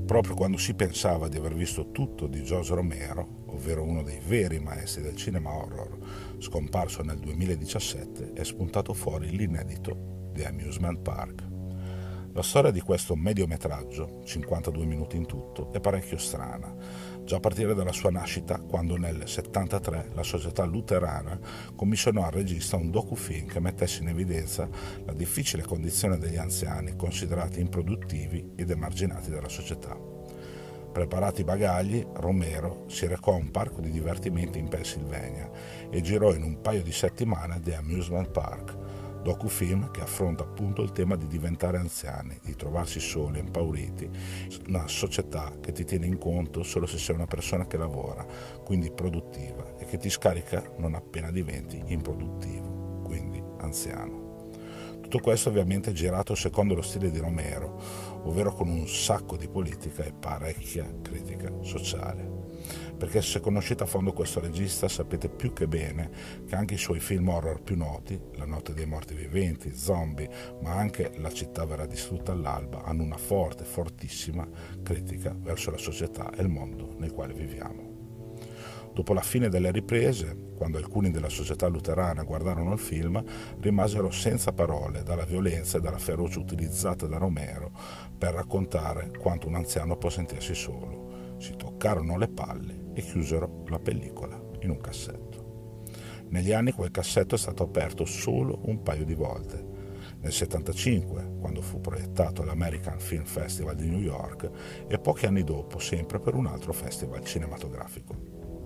proprio quando si pensava di aver visto tutto di George Romero, ovvero uno dei veri maestri del cinema horror, scomparso nel 2017, è spuntato fuori l'inedito The Amusement Park. La storia di questo mediometraggio, 52 minuti in tutto, è parecchio strana, già a partire dalla sua nascita, quando nel 1973 la società luterana commissionò al regista un docufilm che mettesse in evidenza la difficile condizione degli anziani considerati improduttivi ed emarginati dalla società. Preparati i bagagli, Romero si recò a un parco di divertimenti in Pennsylvania e girò in un paio di settimane The Amusement Park, docufilm che affronta appunto il tema di diventare anziani, di trovarsi soli e impauriti, una società che ti tiene in conto solo se sei una persona che lavora, quindi produttiva, e che ti scarica non appena diventi improduttivo, quindi anziano. Tutto questo ovviamente è girato secondo lo stile di Romero, ovvero con un sacco di politica e parecchia critica sociale. Perché se conoscete a fondo questo regista sapete più che bene che anche i suoi film horror più noti, La notte dei morti viventi, Zombie, ma anche La città verrà distrutta all'alba, hanno una forte, fortissima critica verso la società e il mondo nel quale viviamo. Dopo la fine delle riprese, quando alcuni della società luterana guardarono il film, rimasero senza parole dalla violenza e dalla ferocia utilizzata da Romero per raccontare quanto un anziano può sentirsi solo. Si toccarono le palle e chiusero la pellicola in un cassetto. Negli anni quel cassetto è stato aperto solo un paio di volte. Nel 1975, quando fu proiettato all'American Film Festival di New York, e pochi anni dopo sempre per un altro festival cinematografico.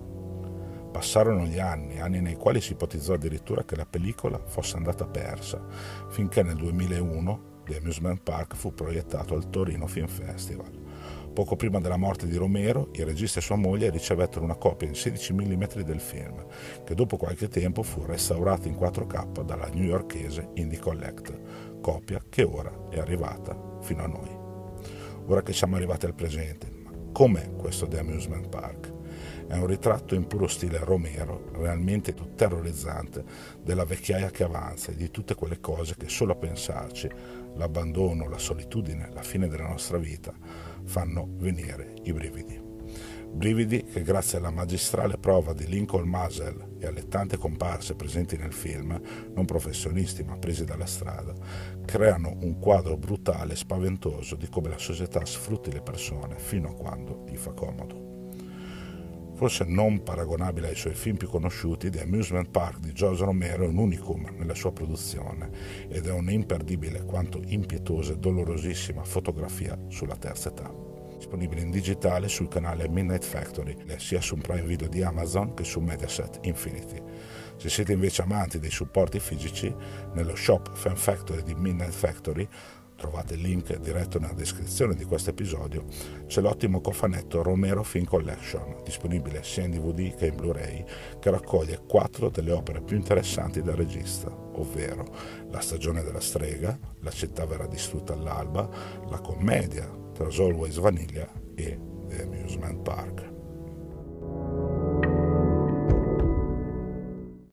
Passarono gli anni nei quali si ipotizzò addirittura che la pellicola fosse andata persa, finché nel 2001 The Amusement Park fu proiettato al Torino Film Festival. Poco prima della morte di Romero, il regista e sua moglie ricevettero una copia in 16 mm del film, che dopo qualche tempo fu restaurata in 4K dalla newyorkese Indie Collect, copia che ora è arrivata fino a noi. Ora che siamo arrivati al presente, ma com'è questo The Amusement Park? È un ritratto in puro stile Romero, realmente terrorizzante, della vecchiaia che avanza e di tutte quelle cose che solo a pensarci, l'abbandono, la solitudine, la fine della nostra vita, fanno venire i brividi. Brividi che grazie alla magistrale prova di Lincoln Masel e alle tante comparse presenti nel film, non professionisti ma presi dalla strada, creano un quadro brutale e spaventoso di come la società sfrutti le persone fino a quando gli fa comodo. Forse non paragonabile ai suoi film più conosciuti, The Amusement Park di George Romero è un unicum nella sua produzione ed è un'imperdibile quanto impietosa e dolorosissima fotografia sulla terza età. Disponibile in digitale sul canale Midnight Factory, sia su Prime Video di Amazon che su Mediaset Infinity. Se siete invece amanti dei supporti fisici, nello shop Fan Factory di Midnight Factory, trovate il link diretto nella descrizione di questo episodio, c'è l'ottimo cofanetto Romero Film Collection, disponibile sia in DVD che in Blu-ray, che raccoglie 4 delle opere più interessanti del regista, ovvero La stagione della strega, La città verrà distrutta all'alba, la commedia There's Always Vanilla e The Amusement Park.